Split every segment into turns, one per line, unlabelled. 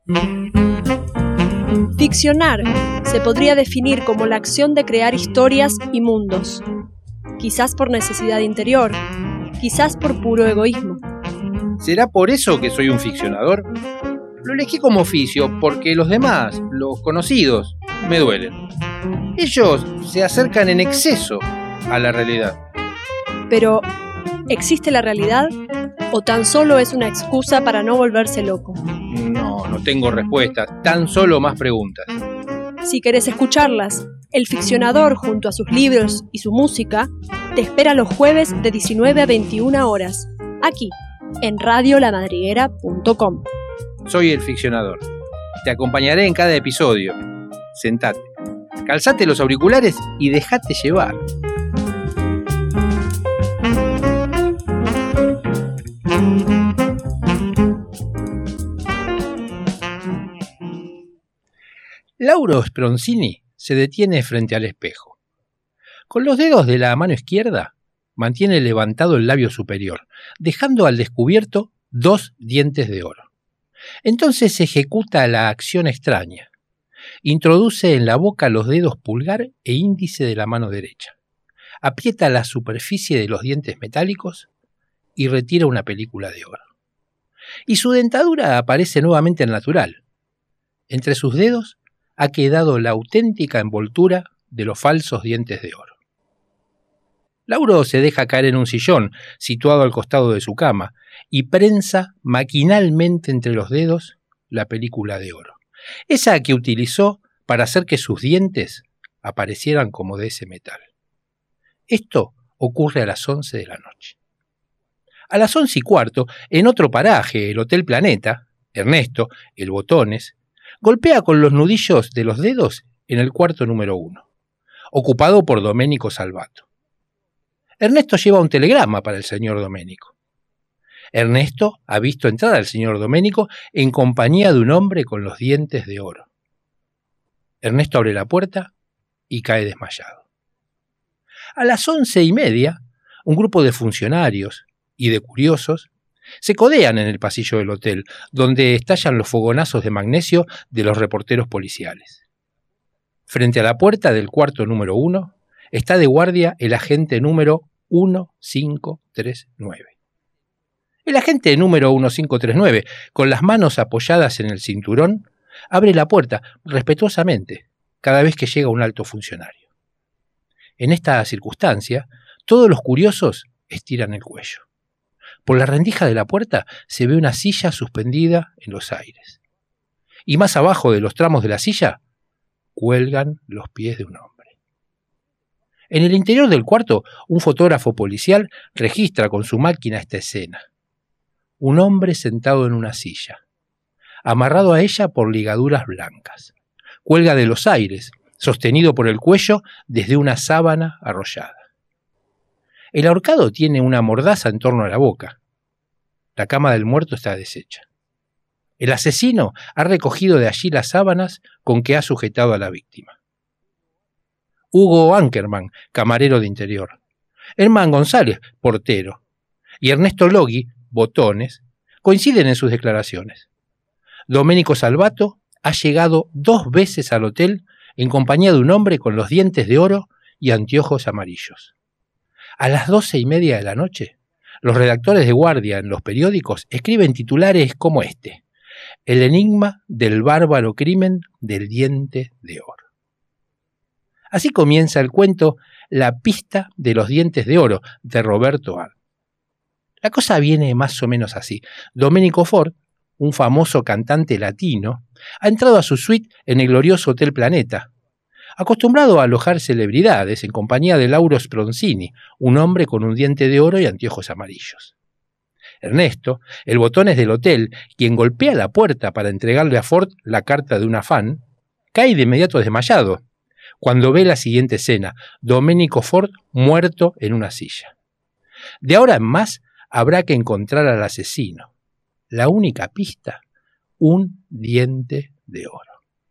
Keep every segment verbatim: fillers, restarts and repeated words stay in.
Ficcionar se podría definir como la acción de crear historias y mundos, quizás por necesidad interior, quizás por puro egoísmo.
¿Será por eso que soy un ficcionador? Lo elegí como oficio porque los demás, los conocidos, me duelen. Ellos se acercan en exceso a la realidad.
Pero, ¿existe la realidad o tan solo es una excusa para no volverse loco?
No, no tengo respuestas, tan solo más preguntas.
Si querés escucharlas, El Ficcionador, junto a sus libros y su música, te espera los jueves de diecinueve a veintiuna horas, aquí, en radio la madriguera punto com.
Soy El Ficcionador. Te acompañaré en cada episodio. Sentate, calzate los auriculares y déjate llevar. Lauro Spronzini se detiene frente al espejo. Con los dedos de la mano izquierda mantiene levantado el labio superior, dejando al descubierto dos dientes de oro. Entonces ejecuta la acción extraña. Introduce en la boca los dedos pulgar e índice de la mano derecha. Aprieta la superficie de los dientes metálicos y retira una película de oro. Y su dentadura aparece nuevamente natural. Entre sus dedos ha quedado la auténtica envoltura de los falsos dientes de oro. Lauro se deja caer en un sillón situado al costado de su cama y prensa maquinalmente entre los dedos la película de oro, esa que utilizó para hacer que sus dientes aparecieran como de ese metal. Esto ocurre a las once de la noche. A las once y cuarto, en otro paraje, el Hotel Planeta, Ernesto, el Botones, golpea con los nudillos de los dedos en el cuarto número uno, ocupado por Domenico Salvato. Ernesto lleva un telegrama para el señor Domenico. Ernesto ha visto entrar al señor Domenico en compañía de un hombre con los dientes de oro. Ernesto abre la puerta y cae desmayado. A las once y media, un grupo de funcionarios y de curiosos se codean en el pasillo del hotel, donde estallan los fogonazos de magnesio de los reporteros policiales. Frente a la puerta del cuarto número uno, está de guardia el agente número uno cinco tres nueve. El agente número uno cinco tres nueve, con las manos apoyadas en el cinturón, abre la puerta respetuosamente cada vez que llega un alto funcionario. En esta circunstancia, todos los curiosos estiran el cuello. Por la rendija de la puerta se ve una silla suspendida en los aires. Y más abajo de los tramos de la silla, cuelgan los pies de un hombre. En el interior del cuarto, un fotógrafo policial registra con su máquina esta escena. Un hombre sentado en una silla, amarrado a ella por ligaduras blancas. Cuelga de los aires, sostenido por el cuello desde una sábana arrollada. El ahorcado tiene una mordaza en torno a la boca. La cama del muerto está deshecha. El asesino ha recogido de allí las sábanas con que ha sujetado a la víctima. Hugo Ankerman, camarero de interior. Herman González, portero. Y Ernesto Logui, Botones, coinciden en sus declaraciones. Domenico Salvato ha llegado dos veces al hotel en compañía de un hombre con los dientes de oro y anteojos amarillos. A las doce y media de la noche, los redactores de guardia en los periódicos escriben titulares como este: El enigma del bárbaro crimen del diente de oro. Así comienza el cuento La pista de los dientes de oro, de Roberto Arlt. La cosa viene más o menos así. Domenico Ford, un famoso cantante latino, ha entrado a su suite en el glorioso Hotel Planeta, acostumbrado a alojar celebridades en compañía de Lauro Spronzini, un hombre con un diente de oro y anteojos amarillos. Ernesto, el Botones del hotel, quien golpea la puerta para entregarle a Ford la carta de una fan, cae de inmediato desmayado cuando ve la siguiente escena: Domenico Ford muerto en una silla. De ahora en más habrá que encontrar al asesino. La única pista: un diente de oro.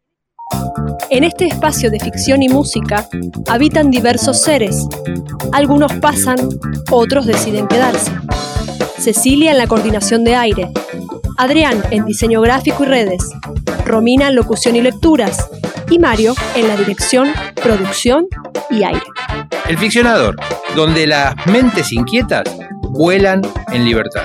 En este espacio de ficción y música habitan diversos seres. Algunos pasan, otros deciden quedarse. Cecilia en la coordinación de aire, Adrián en diseño gráfico y redes, Romina en locución y lecturas, y Mario en la dirección, producción y aire.
El Ficcionador, donde las mentes inquietas vuelan en libertad.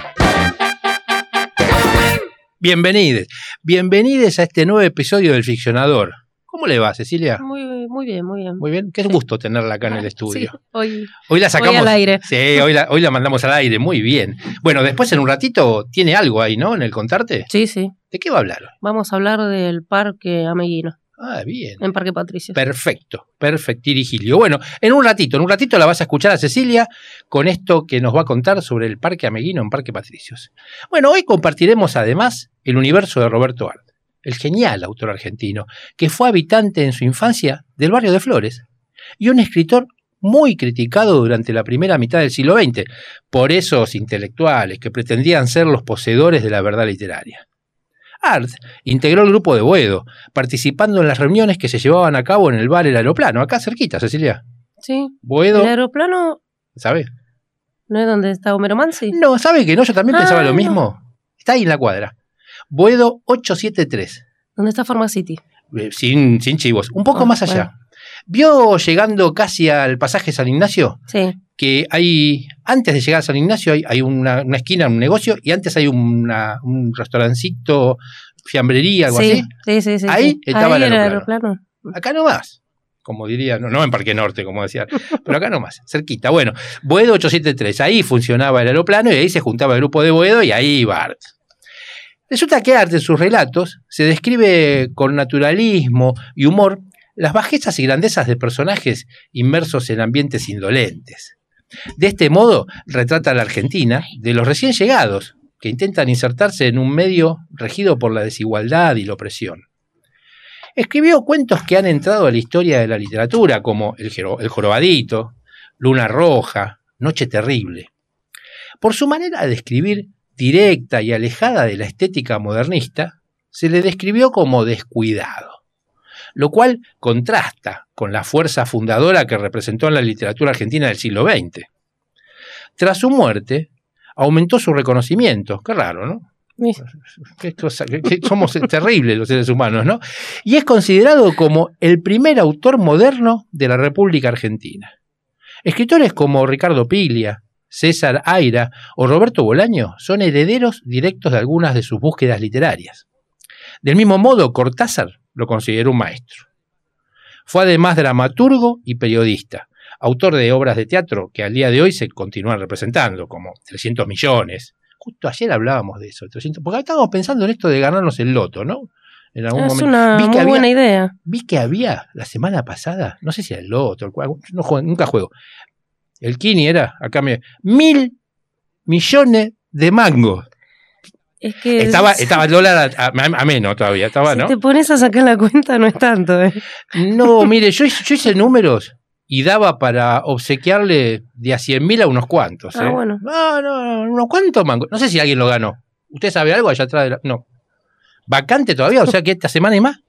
Bienvenidos, bienvenidos a este nuevo episodio del Ficcionador. ¿Cómo le va, Cecilia?
Muy, muy bien, muy bien.
Muy bien, qué gusto tenerla acá en el estudio.
Sí, hoy,
hoy la sacamos
hoy al aire.
Sí, hoy la, hoy la mandamos al aire, muy bien. Bueno, después en un ratito tiene algo ahí, ¿no? En el contarte.
Sí, sí.
¿De qué va a hablar?
Vamos a hablar del Parque Ameguino.
Ah, bien.
En Parque Patricios.
Perfecto, perfectirijilio. Bueno, en un ratito, en un ratito la vas a escuchar a Cecilia con esto que nos va a contar sobre el Parque Ameguino en Parque Patricios. Bueno, hoy compartiremos además el universo de Roberto Arlt, el genial autor argentino, que fue habitante en su infancia del barrio de Flores y un escritor muy criticado durante la primera mitad del siglo veinte por esos intelectuales que pretendían ser los poseedores de la verdad literaria. Arlt integró el grupo de Boedo, participando en las reuniones que se llevaban a cabo en el bar El Aeroplano, acá cerquita, Cecilia.
Sí.
Boedo.
¿El Aeroplano?
¿Sabe?
¿No es donde está Homero Mansi?
No, ¿sabe que no? Yo también
ah,
pensaba lo
no.
mismo. Está ahí en la cuadra. Boedo ochocientos setenta y tres.
¿Dónde está Pharma City?
Eh, sin, sin chivos. Un poco
oh,
más allá.
Bueno.
¿Vio llegando casi al pasaje San Ignacio?
Sí.
Que hay, antes de llegar a San Ignacio, hay, hay una, una esquina, un negocio, y antes hay una, un restaurancito, fiambrería, algo
sí,
así.
Sí, sí, sí.
Ahí
sí.
estaba
Ahí
el
era
aeroplano.
aeroplano.
Acá nomás, como diría, no, no en Parque Norte, como decía, pero acá nomás, cerquita. Bueno, Boedo ochocientos setenta y tres, ahí funcionaba el aeroplano y ahí se juntaba el grupo de Boedo y ahí iba Arlt. Resulta que Arlt en sus relatos se describe con naturalismo y humor las bajezas y grandezas de personajes inmersos en ambientes indolentes. De este modo retrata a la Argentina de los recién llegados que intentan insertarse en un medio regido por la desigualdad y la opresión. Escribió cuentos que han entrado a la historia de la literatura como El, Jero- El Jorobadito, Luna Roja, Noche Terrible. Por su manera de escribir directa y alejada de la estética modernista, se le describió como descuidado, lo cual contrasta con la fuerza fundadora que representó en la literatura argentina del siglo veinte. Tras su muerte, aumentó su reconocimiento. Qué raro, ¿no?
Sí.
Qué cosa, qué, qué, somos terribles los seres humanos, ¿no? Y es considerado como el primer autor moderno de la República Argentina. Escritores como Ricardo Piglia, César Aira o Roberto Bolaño son herederos directos de algunas de sus búsquedas literarias. Del mismo modo, Cortázar lo consideró un maestro. Fue además dramaturgo y periodista, autor de obras de teatro que al día de hoy se continúan representando, como trescientos millones. Justo ayer hablábamos de eso, trescientos, porque estábamos pensando en esto de ganarnos el loto, ¿no? En algún
es
momento.
una
Vi que
muy
había,
buena idea.
Vi que había la semana pasada, no sé si era el loto, el cual, no juego, nunca juego. El Kini era, acá me... Mil millones de mangos.
Es que
Estaba,
es,
estaba el dólar a, a, a menos todavía, estaba,
si
¿no?
te pones a sacar la cuenta no es tanto, ¿eh?
No, mire, yo, yo hice números y daba para obsequiarle de a cien mil a unos cuantos. ¿eh?
Ah, bueno.
No, no, no, unos cuantos mangos. No sé si alguien lo ganó. ¿Usted sabe algo allá atrás de la...? No. ¿Vacante todavía? O sea que esta semana y más.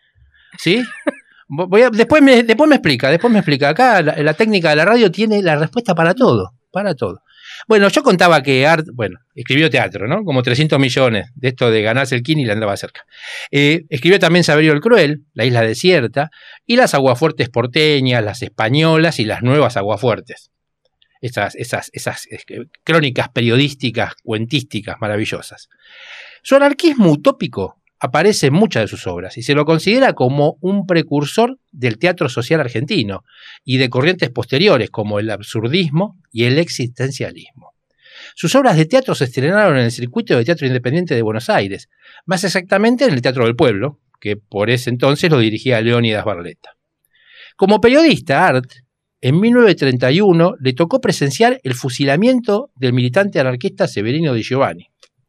¿Sí? Voy a, después, me, después me explica, después me explica. Acá la, la técnica de la radio tiene la respuesta para todo, para todo. Bueno, yo contaba que Arlt, bueno, escribió teatro, ¿no? Como trescientos millones de esto de ganarse el Kini y le andaba cerca. Eh, escribió también Saberio el Cruel, La Isla Desierta, y las aguafuertes porteñas, las españolas y las nuevas aguafuertes. Esas, esas, esas eh, crónicas periodísticas, cuentísticas maravillosas. Su anarquismo utópico aparece en muchas de sus obras y se lo considera como un precursor del teatro social argentino y de corrientes posteriores como el absurdismo y el existencialismo. Sus obras de teatro se estrenaron en el circuito de teatro independiente de Buenos Aires, más exactamente en el Teatro del Pueblo, que por ese entonces lo dirigía Leónidas Barletta. Como periodista, Arlt, en mil novecientos treinta y uno le tocó presenciar el fusilamiento del militante anarquista Severino Di Giovanni.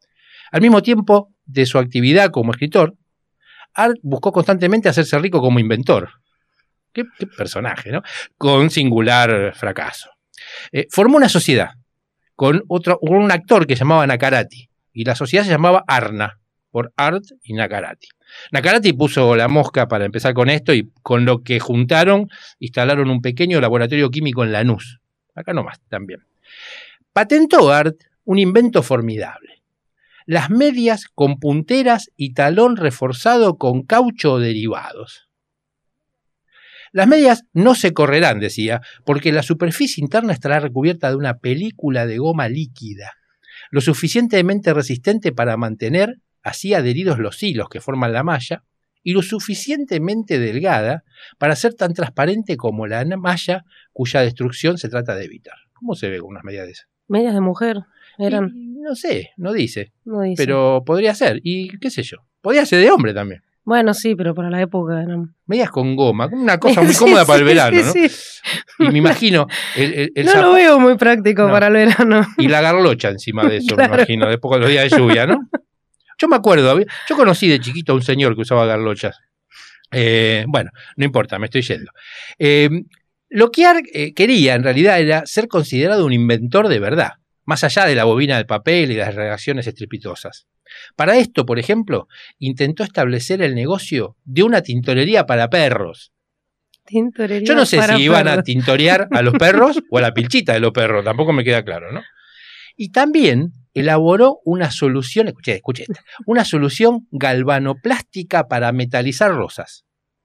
Al mismo tiempo de su actividad como escritor, Arlt buscó constantemente hacerse rico como inventor. Qué, qué personaje, ¿no? Con singular fracaso. Eh, formó una sociedad con, otro, con un actor que se llamaba Nacarati, y la sociedad se llamaba Arna, por Arlt y Nacarati. Nacarati puso la mosca para empezar con esto y con lo que juntaron instalaron un pequeño laboratorio químico en Lanús. Acá nomás también. Patentó Arlt un invento formidable: las medias con punteras y talón reforzado con caucho o derivados. Las medias no se correrán, decía, porque la superficie interna estará recubierta de una película de goma líquida, lo suficientemente resistente para mantener así adheridos los hilos que forman la malla, y lo suficientemente delgada para ser tan transparente como la malla cuya destrucción se trata de evitar. ¿Cómo se ve con unas medias de esas?
Medias de mujer eran.
Y, no sé, no dice,
No dice.
pero podría ser, y qué sé yo, podría ser de hombre también.
Bueno, sí, pero para la época eran.
Medias con goma, una cosa muy
Sí,
cómoda
sí,
para el verano, ¿no?
sí, sí.
Y me imagino el, el, el
No
zapato
lo veo muy práctico
No.
para el verano.
y la garlocha encima de eso,
Claro.
me imagino, después de los días de lluvia, ¿no? Yo me acuerdo, había- yo conocí de chiquito a un señor que usaba garlochas. Eh, bueno, no importa, me estoy yendo. Eh, lo que Ark eh, quería en realidad era ser considerado un inventor de verdad, más allá de la bobina de papel y las reacciones estrepitosas. Para esto, por ejemplo, intentó establecer el negocio de una tintorería para perros.
Tintorería
Yo no sé
para
si iban a
perros.
tintorear a los perros o a la pilchita de los perros, tampoco me queda claro, ¿no? Y también elaboró una solución, escuché, escuché, una solución galvanoplástica para metalizar rosas.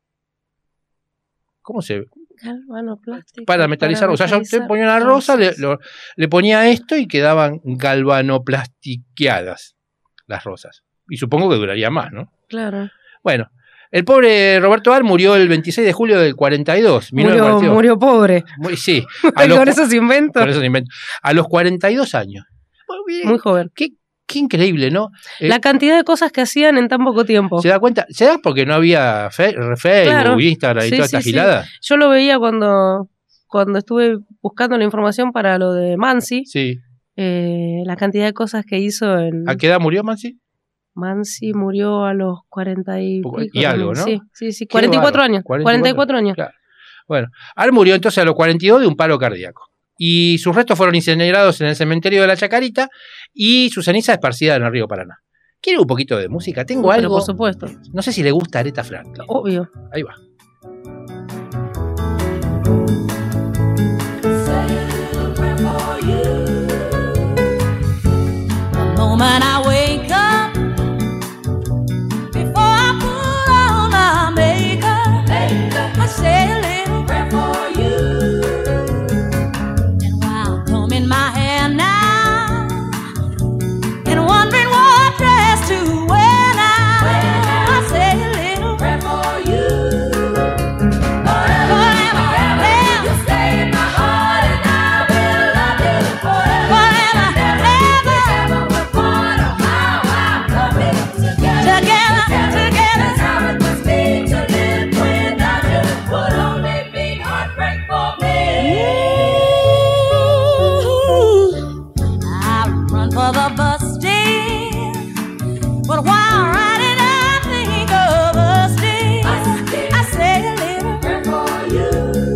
¿Cómo se ve?
Galvanoplástico.
Para metalizar rosas. Yo te
metalizar
ponía una rosa, le,
rosas.
lo- le ponía esto y quedaban galvanoplastiqueadas las rosas. Y supongo que duraría más, ¿no?
Claro.
Bueno, el pobre Roberto Arlt murió el veintiséis de julio del cuarenta y dos.
Murió,
mil novecientos cuarenta y dos.
murió pobre.
Muy- sí, a los,
Con
cu-
esos inventos.
con esos inventos. A los cuarenta y dos años. Bueno, mire,
Muy joven.
qué, qué increíble, ¿no? Eh,
La cantidad de cosas que hacían en tan poco tiempo.
¿Se da cuenta? ¿Se da porque no había fe- Facebook,
Claro.
Instagram y
Sí,
toda
sí,
esta
sí.
gilada?
Yo lo veía cuando, cuando estuve buscando la información para lo de Mansi.
Sí.
eh, la cantidad de cosas que hizo en.
¿A qué edad murió Mansi?
Mansi murió a los cuarenta y
Poco-
pico
y algo,
también.
¿no?
Sí, sí, sí.
Qué
cuarenta y cuatro
bárbaro.
años.
cuarenta y
cuarenta y cuatro años.
Claro. Bueno, Arlt murió entonces a los cuarenta y dos de un paro cardíaco. Y sus restos fueron incinerados en el cementerio de la Chacarita y su ceniza esparcida en el río Paraná. ¿Quiere un poquito de música? Tengo
Pero
algo.
por supuesto.
No sé si le gusta Aretha Franklin.
Obvio.
Ahí va.
The moment I wake up, before I put on my makeup, I say a little prayer for you. And while combing my hair now, and wondering what dress to wear now, I say a little prayer for you. Forever, forever, you stay in my heart, and I will love you forever, forever, ever. We're part of how I love it together, together, together. That's how it must be to live without you. Would only be heartbreak for me. I run for the bus stand, but while riding I think of us days. I say a little prayer for you.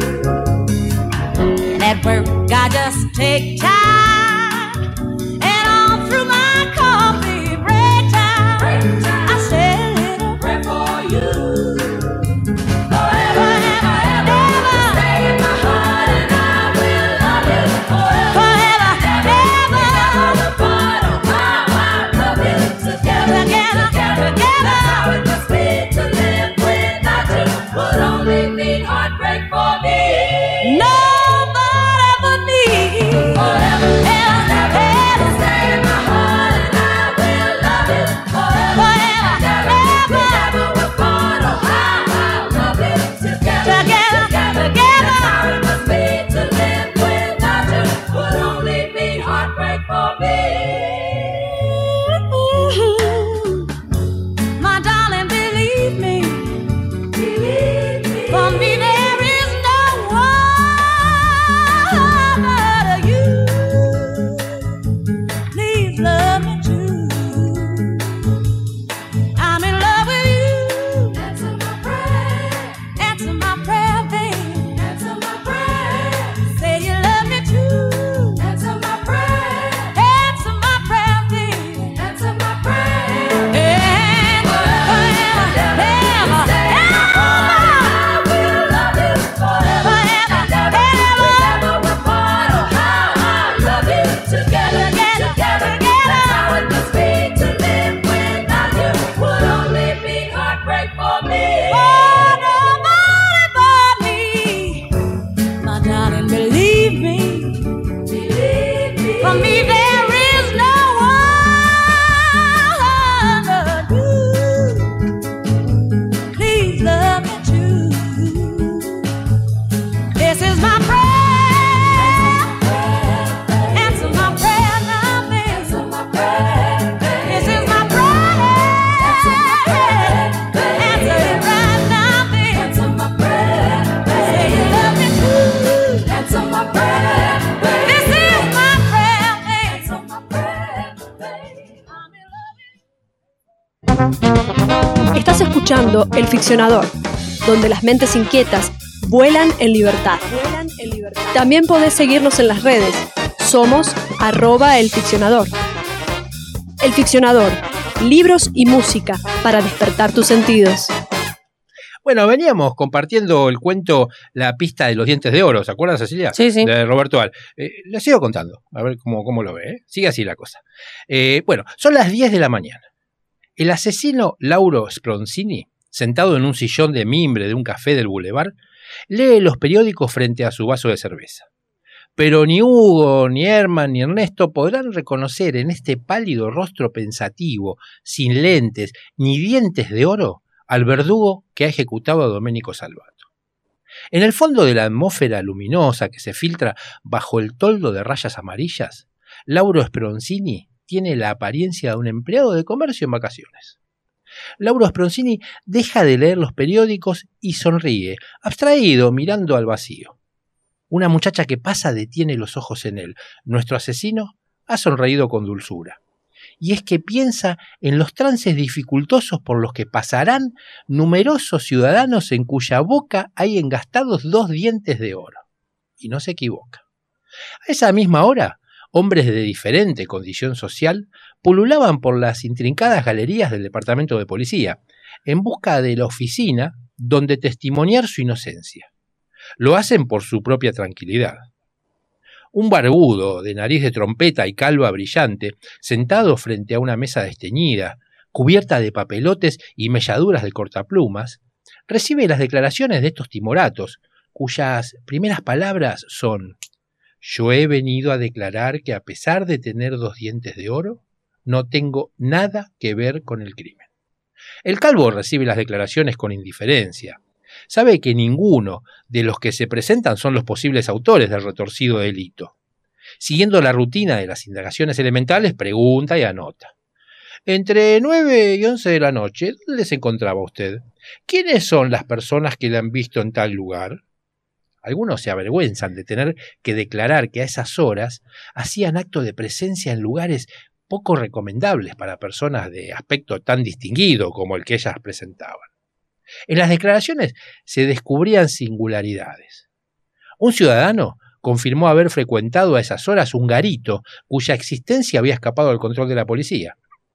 And at work I just take time, and all through my coffee break time, I say a little prayer for you. Forever, ever, ever, stay in my heart, and I will love you forever, forever, ever. We're part of how I love you together, together, together. That's how it must be to live without you. Would only mean heartbreak for me. Nobody but me. Forever. for me. Oh, nobody but me. My darling, believe me. Believe me. For me, there is no one but you. Please love me too. This is my prayer. Answer my prayer now, baby. Answer my prayer. This is my prayer. Answer it right now, baby. Answer my prayer. Say you love me too. Answer my prayer. This is my prayer, baby. Answer my prayer, baby. I'm in love.
Estás escuchando El Ficcionador, donde las mentes inquietas vuelan en libertad. También podés seguirnos en las redes. Somos arroba El Ficcionador. El Ficcionador, libros y música para despertar tus sentidos.
Bueno, veníamos compartiendo el cuento La pista de los dientes de oro, ¿se acuerdan, Cecilia?
Sí, sí.
De Roberto Al. Eh, le sigo contando, a ver cómo, cómo lo ve, ¿eh? Sigue así la cosa. Eh, bueno, son las diez de la mañana. El asesino Lauro Spronzini, sentado en un sillón de mimbre de un café del Boulevard, lee los periódicos frente a su vaso de cerveza. Pero ni Hugo, ni Herman, ni Ernesto podrán reconocer en este pálido rostro pensativo, sin lentes, ni dientes de oro, al verdugo que ha ejecutado a Domenico Salvato. En el fondo de la atmósfera luminosa que se filtra bajo el toldo de rayas amarillas, Lauro Spronzini tiene la apariencia de un empleado de comercio en vacaciones. Lauro Spronzini deja de leer los periódicos y sonríe, abstraído, mirando al vacío. Una muchacha que pasa detiene los ojos en él. Nuestro asesino ha sonreído con dulzura. Y es que piensa en los trances dificultosos por los que pasarán numerosos ciudadanos en cuya boca hay engastados dos dientes de oro. Y no se equivoca. A esa misma hora, hombres de diferente condición social pululaban por las intrincadas galerías del departamento de policía, en busca de la oficina donde testimoniar su inocencia. Lo hacen por su propia tranquilidad. Un barbudo, de nariz de trompeta y calva brillante, sentado frente a una mesa desteñida, cubierta de papelotes y melladuras de cortaplumas, recibe las declaraciones de estos timoratos, cuyas primeras palabras son: «Yo he venido a declarar que a pesar de tener dos dientes de oro, no tengo nada que ver con el crimen». El calvo recibe las declaraciones con indiferencia. Sabe que ninguno de los que se presentan son los posibles autores del retorcido delito. Siguiendo la rutina de las indagaciones elementales, pregunta y anota. Entre nueve y once de la noche, ¿dónde se encontraba usted? ¿Quiénes son las personas que le han visto en tal lugar? Algunos se avergüenzan de tener que declarar que a esas horas hacían acto de presencia en lugares poco recomendables para personas de aspecto tan distinguido como el que ellas presentaban. En las declaraciones se descubrían singularidades. Un ciudadano confirmó haber frecuentado a esas horas un garito cuya existencia había escapado al control de la policía.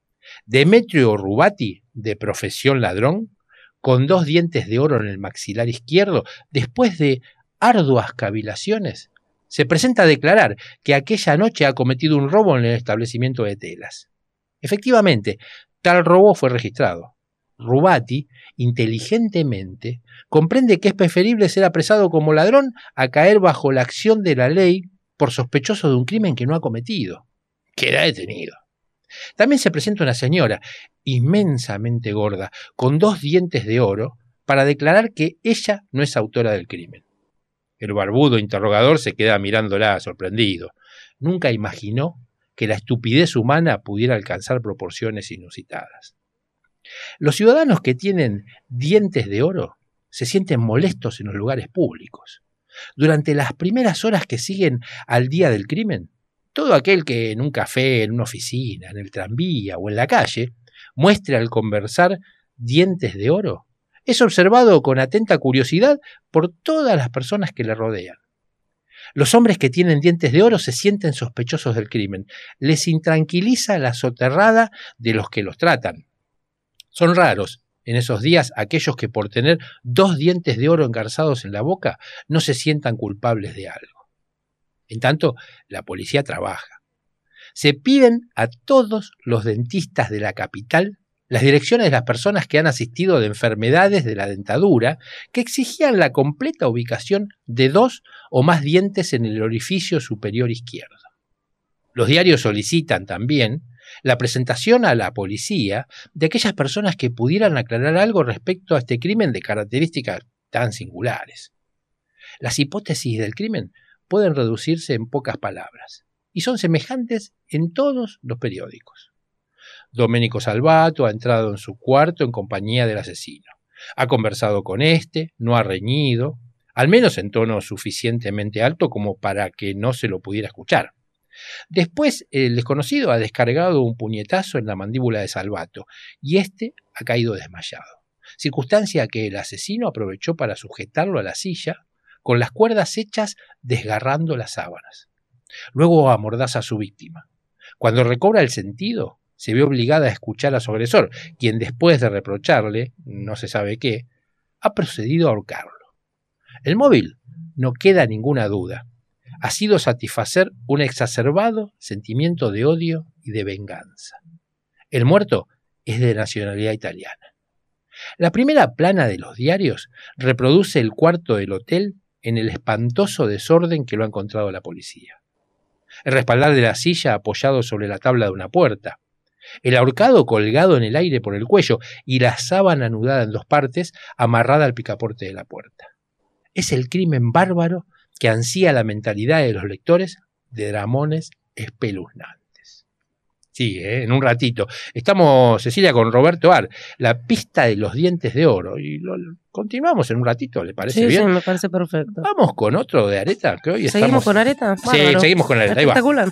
Demetrio Rubati, de profesión ladrón, con dos dientes de oro en el maxilar izquierdo, después de arduas cavilaciones, se presenta a declarar que aquella noche ha cometido un robo en el establecimiento de telas. Efectivamente, tal robo fue registrado. Rubati, inteligentemente, comprende que es preferible ser apresado como ladrón a caer bajo la acción de la ley por sospechoso de un crimen que no ha cometido. Queda detenido. También se presenta una señora, inmensamente gorda, con dos dientes de oro, para declarar que ella no es autora del crimen. El barbudo interrogador se queda mirándola sorprendido. Nunca imaginó que la estupidez humana pudiera alcanzar proporciones inusitadas. Los ciudadanos que tienen dientes de oro se sienten molestos en los lugares públicos. Durante las primeras horas que siguen al día del crimen, todo aquel que en un café, en una oficina, en el tranvía o en la calle muestre al conversar dientes de oro, es observado con atenta curiosidad por todas las personas que le rodean. Los hombres que tienen dientes de oro se sienten sospechosos del crimen. Les intranquiliza la soterrada de los que los tratan. Son raros en esos días aquellos que por tener dos dientes de oro engarzados en la boca no se sientan culpables de algo. En tanto, la policía trabaja. Se piden a todos los dentistas de la capital las direcciones de las personas que han asistido de enfermedades de la dentadura que exigían la completa ubicación de dos o más dientes en el orificio superior izquierdo. Los diarios solicitan también la presentación a la policía de aquellas personas que pudieran aclarar algo respecto a este crimen de características tan singulares. Las hipótesis del crimen pueden reducirse en pocas palabras y son semejantes en todos los periódicos. Domenico Salvato ha entrado en su cuarto en compañía del asesino. Ha conversado con éste, no ha reñido, al menos en tono suficientemente alto como para que no se lo pudiera escuchar. Después, el desconocido ha descargado un puñetazo en la mandíbula de Salvato y éste ha caído desmayado, circunstancia que el asesino aprovechó para sujetarlo a la silla con las cuerdas hechas desgarrando las sábanas. Luego amordaza a su víctima. Cuando recobra el sentido, se ve obligada a escuchar a su agresor, quien después de reprocharle, no se sabe qué, ha procedido a ahorcarlo. El móvil, no queda ninguna duda, ha sido satisfacer un exacerbado sentimiento de odio y de venganza. El muerto es de nacionalidad italiana. La primera plana de los diarios reproduce el cuarto del hotel en el espantoso desorden que lo ha encontrado la policía. El respaldar de la silla apoyado sobre la tabla de una puerta, el ahorcado colgado en el aire por el cuello y la sábana anudada en dos partes amarrada al picaporte de la puerta. Es el crimen bárbaro que ansía la mentalidad de los lectores de dramones espeluznantes. Sí, ¿eh? En un ratito. Estamos, Cecilia, con Roberto Ar, la pista de los dientes de oro. Y lo, continuamos en un ratito, ¿le parece
sí,
bien?
Sí, me parece perfecto.
Vamos con otro de Areta, que hoy
¿Seguimos
estamos...
con Areta?
Sí,
Bárbaro.
seguimos con Areta, ahí va.
Espectacular.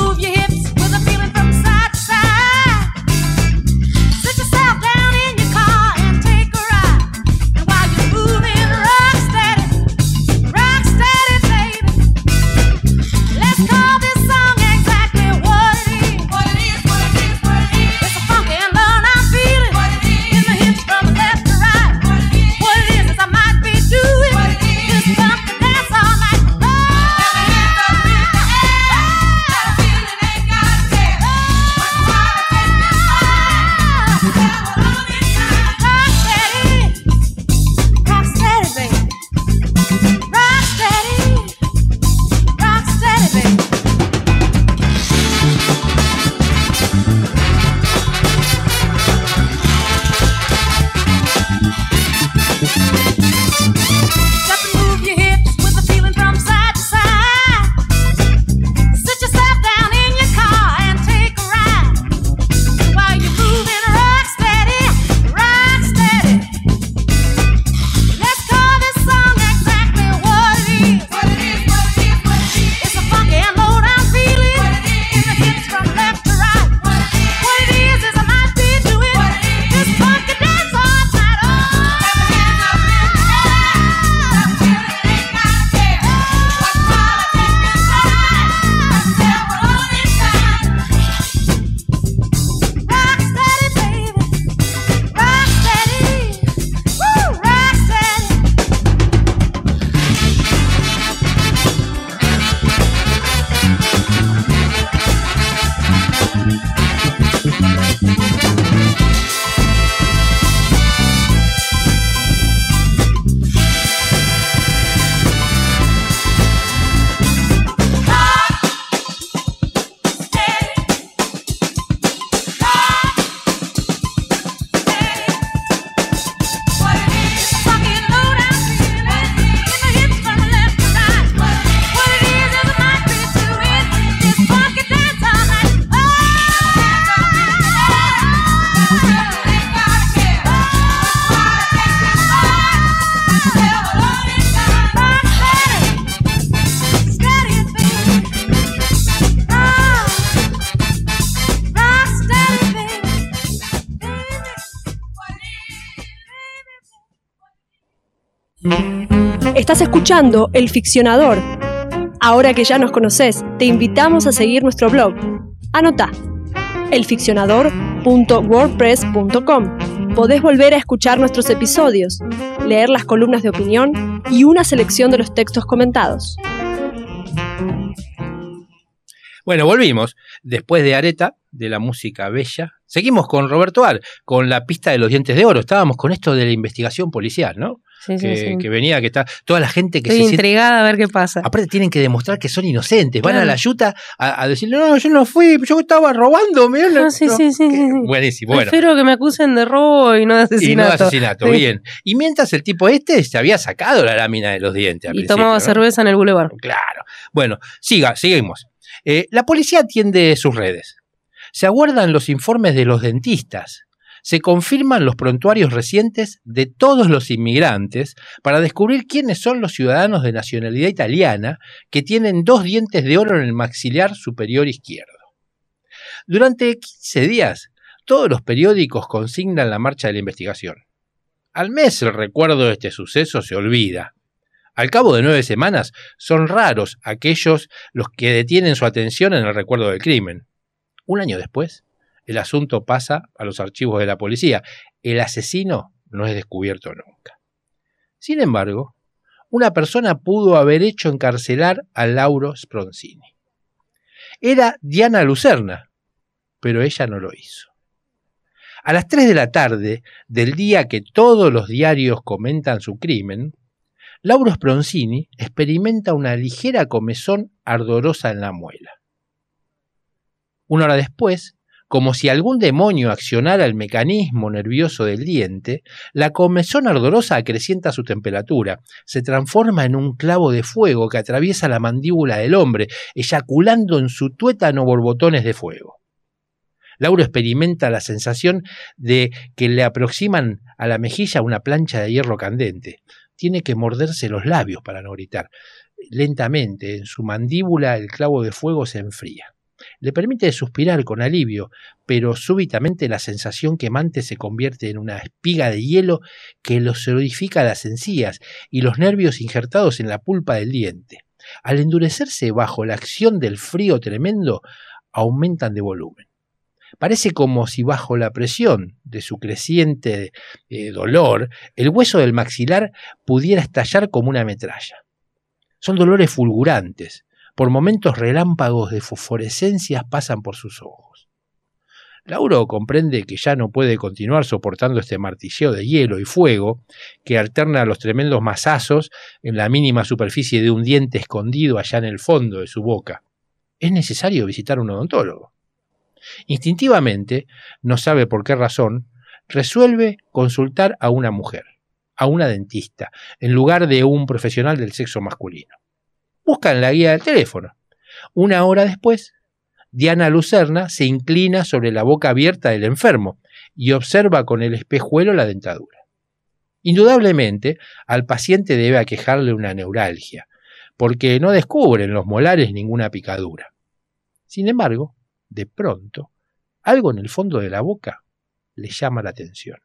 Sit yourself down in your car.
Estás escuchando El Ficcionador. Ahora que ya nos conoces, te invitamos a seguir nuestro blog. Anotá: el ficcionador punto wordpress punto com. Podés volver a escuchar nuestros episodios, leer las columnas de opinión y una selección de los textos comentados.
Bueno, volvimos. Después de Areta, de la música bella, seguimos con Roberto Ar, con la pista de los dientes de oro. Estábamos con esto de la investigación policial, ¿no?
Sí,
que,
sí, sí.
que venía, que está toda la gente que
Estoy
se
intrigada a ver qué pasa.
siente... Aparte tienen que demostrar que son inocentes. Van
Claro.
a la yuta a, a decirle, no, yo no fui, yo estaba robando. Mirá,
Ah, sí,
no,
sí, sí,
que-
sí, sí.
Buenísimo, bueno.
Prefiero que me acusen de robo y no de
Y no
asesinato.
de asesinato,
Sí.
bien. Y mientras el tipo este se había sacado la lámina de los dientes. al
Y
principio,
tomaba
¿no?
cerveza en el boulevard.
Claro. Bueno, siga, seguimos. Eh, la policía atiende sus redes. Se aguardan los informes de los dentistas. Se confirman los prontuarios recientes de todos los inmigrantes para descubrir quiénes son los ciudadanos de nacionalidad italiana que tienen dos dientes de oro en el maxilar superior izquierdo. Durante quince días, todos los periódicos consignan la marcha de la investigación. Al mes el recuerdo de este suceso se olvida. Al cabo de nueve semanas, son raros aquellos los que detienen su atención en el recuerdo del crimen. Un año después, el asunto pasa a los archivos de la policía. El asesino no es descubierto nunca. Sin embargo, una persona pudo haber hecho encarcelar a Lauro Spronzini. Era Diana Lucerna, pero ella no lo hizo. A las tres de la tarde del día que todos los diarios comentan su crimen, Lauro Spronzini experimenta una ligera comezón ardorosa en la muela. Una hora después, como si algún demonio accionara el mecanismo nervioso del diente, la comezón ardorosa acrecienta su temperatura, se transforma en un clavo de fuego que atraviesa la mandíbula del hombre, eyaculando en su tuétano borbotones de fuego. Lauro experimenta la sensación de que le aproximan a la mejilla una plancha de hierro candente. Tiene que morderse los labios para no gritar. Lentamente, en su mandíbula, el clavo de fuego se enfría. Le permite suspirar con alivio, pero súbitamente la sensación quemante se convierte en una espiga de hielo que lo solidifica las encías y los nervios injertados en la pulpa del diente. Al endurecerse bajo la acción del frío tremendo, aumentan de volumen. Parece como si bajo la presión de su creciente eh, dolor, el hueso del maxilar pudiera estallar como una metralla. Son dolores fulgurantes. Por momentos relámpagos de fosforescencias pasan por sus ojos. Lauro comprende que ya no puede continuar soportando este martilleo de hielo y fuego que alterna los tremendos mazazos en la mínima superficie de un diente escondido allá en el fondo de su boca. Es necesario visitar a un odontólogo. Instintivamente, no sabe por qué razón, resuelve consultar a una mujer, a una dentista, en lugar de un profesional del sexo masculino. Busca en la guía del teléfono. Una hora después, Diana Lucerna se inclina sobre la boca abierta del enfermo y observa con el espejuelo la dentadura. Indudablemente, al paciente debe aquejarle una neuralgia, porque no descubre en los molares ninguna picadura. Sin embargo, de pronto, algo en el fondo de la boca le llama la atención.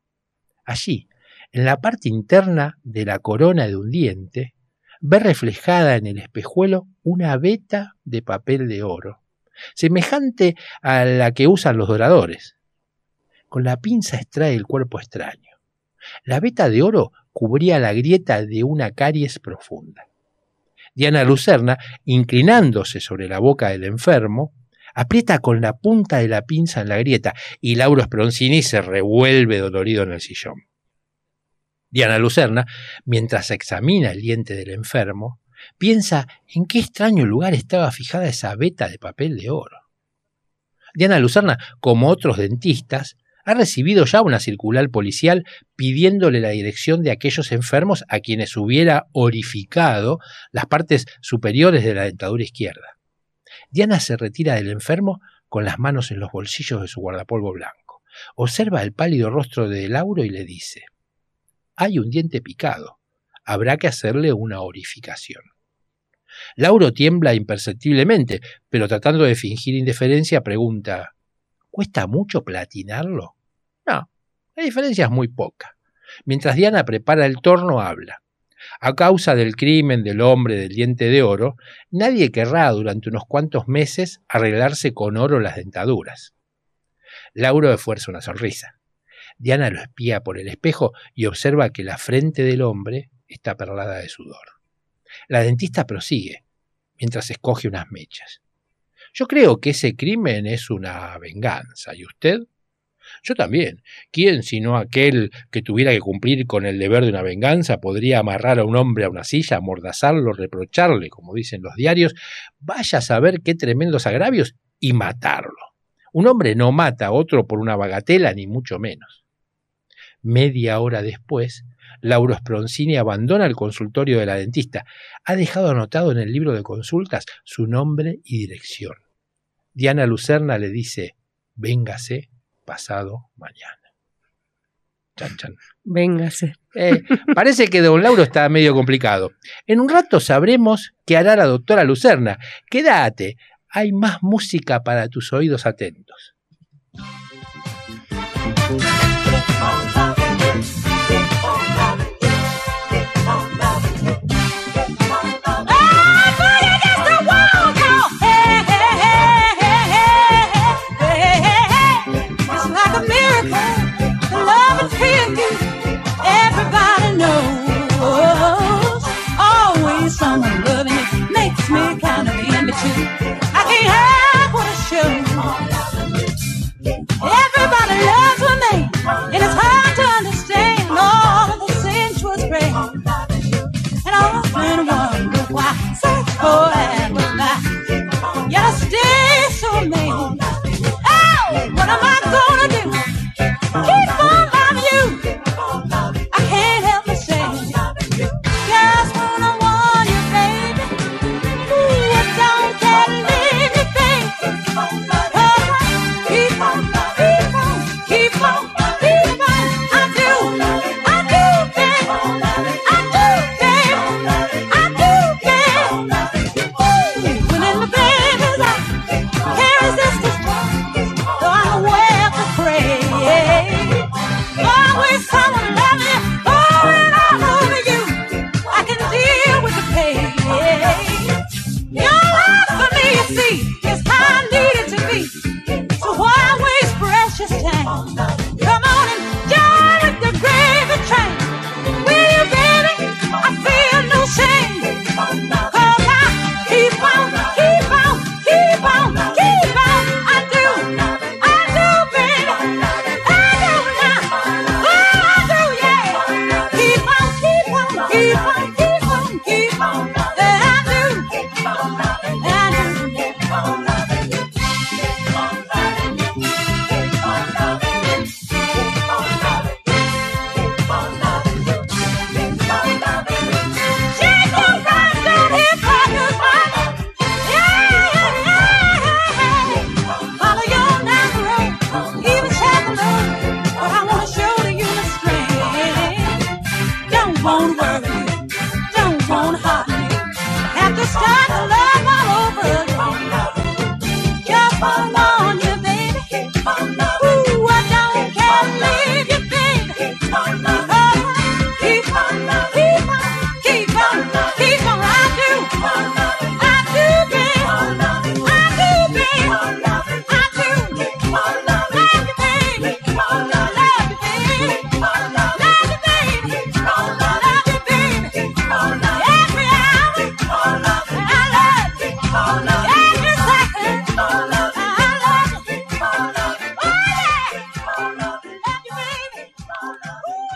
Allí, en la parte interna de la corona de un diente, ve reflejada en el espejuelo una veta de papel de oro, semejante a la que usan los doradores. Con la pinza extrae el cuerpo extraño. La veta de oro cubría la grieta de una caries profunda. Diana Lucerna, inclinándose sobre la boca del enfermo, aprieta con la punta de la pinza en la grieta y Lauro Spronzini se revuelve dolorido en el sillón. Diana Lucerna, mientras examina el diente del enfermo, piensa en qué extraño lugar estaba fijada esa veta de papel de oro. Diana Lucerna, como otros dentistas, ha recibido ya una circular policial pidiéndole la dirección de aquellos enfermos a quienes hubiera orificado las partes superiores de la dentadura izquierda. Diana se retira del enfermo con las manos en los bolsillos de su guardapolvo blanco. Observa el pálido rostro de Lauro y le dice: «Hay un diente picado. Habrá que hacerle una orificación». Lauro tiembla imperceptiblemente, pero tratando de fingir indiferencia pregunta: «¿Cuesta mucho platinarlo?». «No, la diferencia es muy poca». Mientras Diana prepara el torno, habla: A causa del crimen del hombre del diente de oro, nadie querrá durante unos cuantos meses arreglarse con oro las dentaduras. Lauro esfuerza una sonrisa. Diana lo espía por el espejo y observa que la frente del hombre está perlada de sudor. La dentista prosigue, mientras escoge unas mechas. Yo creo que ese crimen es una venganza. ¿Y usted? Yo también. ¿Quién, sino aquel que tuviera que cumplir con el deber de una venganza, podría amarrar a un hombre a una silla, amordazarlo, reprocharle, como dicen los diarios, vaya a saber qué tremendos agravios, y matarlo? Un hombre no mata a otro por una bagatela, ni mucho menos. Media hora después, Lauro Spronzini abandona el consultorio de la dentista. Ha dejado anotado en el libro de consultas su nombre y dirección. Diana Lucerna le dice: véngase pasado mañana. Chan, chan.
Véngase.
Eh, parece que don Lauro está medio complicado. En un rato sabremos qué hará la doctora Lucerna. Quédate, hay más música para tus oídos atentos.
Someone loving you makes me kind of envy too. I can't help what I show. Everybody loves a man, and it's hard to understand all of the sensuous grace. And I often wonder why search for alibi. Yet I stay so amazed. Oh, what am I gonna do? Keep on loving you. I can't help myself. Just when I want you, baby, ooh, I don't care to leave you, baby. Oh, keep on, keep on, keep on, keep on. I do, I do, baby. I do, baby. I do, baby. Ooh, when in the baby's eye, can't resist this touch, though I'm aware to pray. Always someone loving you, oh, and all over you. I can deal with the pain. Your love for me, you see, is how I need it to be. So why waste precious time? Come on and join with the gravy train. Will you, baby? I feel no shame. Cause I keep on, keep on, keep on, keep on. I do, I do, baby. I do now. Oh, I do, yeah. Keep on, keep on, keep on, keep on, keep on. Yeah, I do. I do. Keep on loving you. Keep on loving you. Keep on loving you. Keep on loving you. Keep on loving you. Keep on loving you. Shake your right down here, Parker's heart. Yeah, yeah, yeah. Follow you down the road, even check the road. But I wanna show to you the strength. Don't wanna worry you, don't wanna hurt you. Have to start to love all over again. Just hold on, you baby. Ooh, I don't care to leave you, baby. Oh, keep on, keep on, keep on, keep on. I do, I do, baby. I do, baby. I do. Love you, baby. Love you, baby. Love you, baby. Love you, baby. Every hour, I love you. Every second, I love you. Oh, yeah. Love you, baby. Ooh,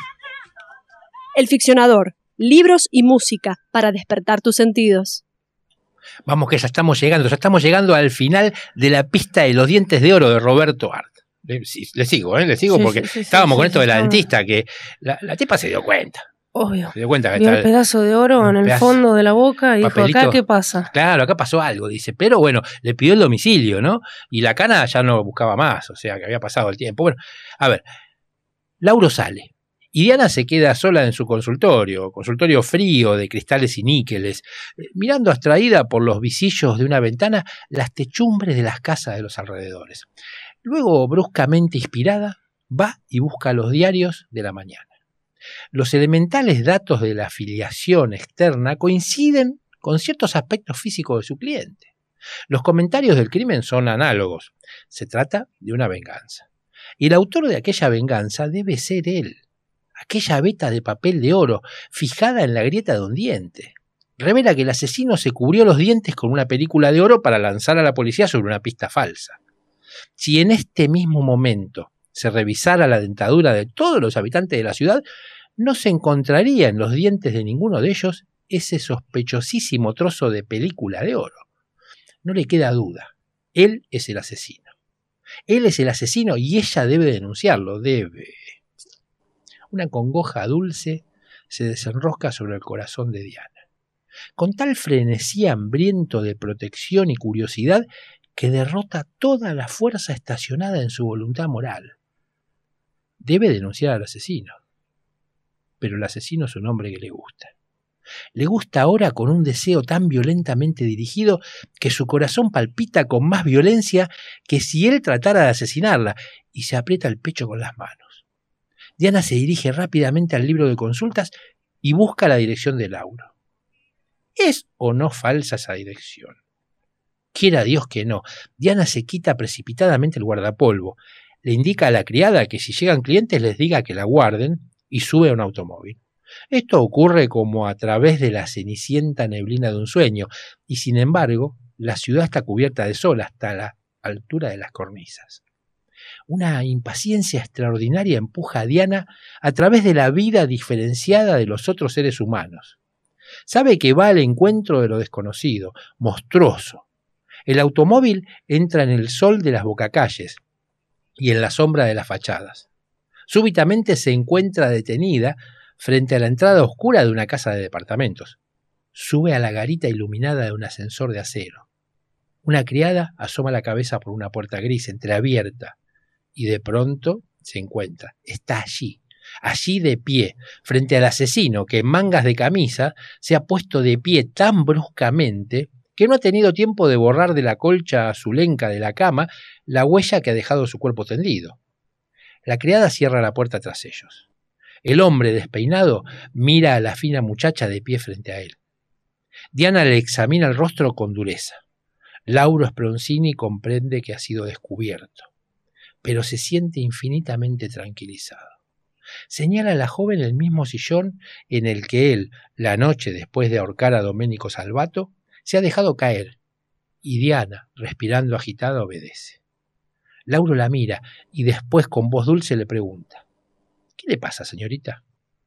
yeah.
El ficcionador, libros y música para despertar tus sentidos.
Vamos que ya estamos llegando, ya estamos llegando al final de la pista de los dientes de oro de Roberto Art. Le, sí, le sigo, ¿eh? Le sigo
Sí,
porque
sí, sí,
estábamos
sí,
con
sí,
esto de la
estamos.
dentista, que la, la tipa se dio cuenta.
Obvio.
Se dio cuenta que
Vio
está
el pedazo de oro en el
pedazo-
fondo de la boca y dijo,
papelito.
¿acá qué pasa?
Claro, acá pasó algo, dice, pero bueno, le pidió el domicilio, ¿no? Y la cana ya no buscaba más, o sea, que había pasado el tiempo. Bueno, a ver, Lauro sale y Diana se queda sola en su consultorio, consultorio frío de cristales y níqueles, eh, mirando abstraída por los visillos de una ventana las techumbres de las casas de los alrededores. Luego, bruscamente inspirada, va y busca los diarios de la mañana. Los elementales datos de la afiliación externa coinciden con ciertos aspectos físicos de su cliente. Los comentarios del crimen son análogos. Se trata de una venganza. Y el autor de aquella venganza debe ser él. Aquella veta de papel de oro fijada en la grieta de un diente revela que el asesino se cubrió los dientes con una película de oro para lanzar a la policía sobre una pista falsa. Si en este mismo momento se revisara la dentadura de todos los habitantes de la ciudad, no se encontraría en los dientes de ninguno de ellos ese sospechosísimo trozo de película de oro. No le queda duda, él es el asesino. Él es el asesino y ella debe denunciarlo, debe. Una congoja dulce se desenrosca sobre el corazón de Diana, con tal frenesí hambriento de protección y curiosidad que derrota toda la fuerza estacionada en su voluntad moral. Debe denunciar al asesino, pero el asesino es un hombre que le gusta. Le gusta ahora con un deseo tan violentamente dirigido que su corazón palpita con más violencia que si él tratara de asesinarla, y se aprieta el pecho con las manos. Diana se dirige rápidamente al libro de consultas y busca la dirección de Lauro. ¿Es o no falsa esa dirección? Quiera Dios que no. Diana se quita precipitadamente el guardapolvo, le indica a la criada que si llegan clientes les diga que la guarden y sube a un automóvil. Esto ocurre como a través de la cenicienta neblina de un sueño, y sin embargo, la ciudad está cubierta de sol hasta la altura de las cornisas. Una impaciencia extraordinaria empuja a Diana a través de la vida diferenciada de los otros seres humanos. Sabe que va al encuentro de lo desconocido, monstruoso. El automóvil entra en el sol de las bocacalles y en la sombra de las fachadas. Súbitamente se encuentra detenida frente a la entrada oscura de una casa de departamentos. Sube a la garita iluminada de un ascensor de acero. Una criada asoma la cabeza por una puerta gris entreabierta y de pronto se encuentra. Está allí, allí de pie, frente al asesino que en mangas de camisa se ha puesto de pie tan bruscamente que no ha tenido tiempo de borrar de la colcha azulenca de la cama la huella que ha dejado su cuerpo tendido. La criada cierra la puerta tras ellos. El hombre despeinado mira a la fina muchacha de pie frente a él. Diana le examina el rostro con dureza. Lauro Spronzini comprende que ha sido descubierto, pero se siente infinitamente tranquilizado. Señala a la joven el mismo sillón en el que él, la noche después de ahorcar a Domenico Salvato, se ha dejado caer, y Diana, respirando agitada, obedece. Lauro la mira y después con voz dulce le pregunta: ¿Qué le pasa, señorita?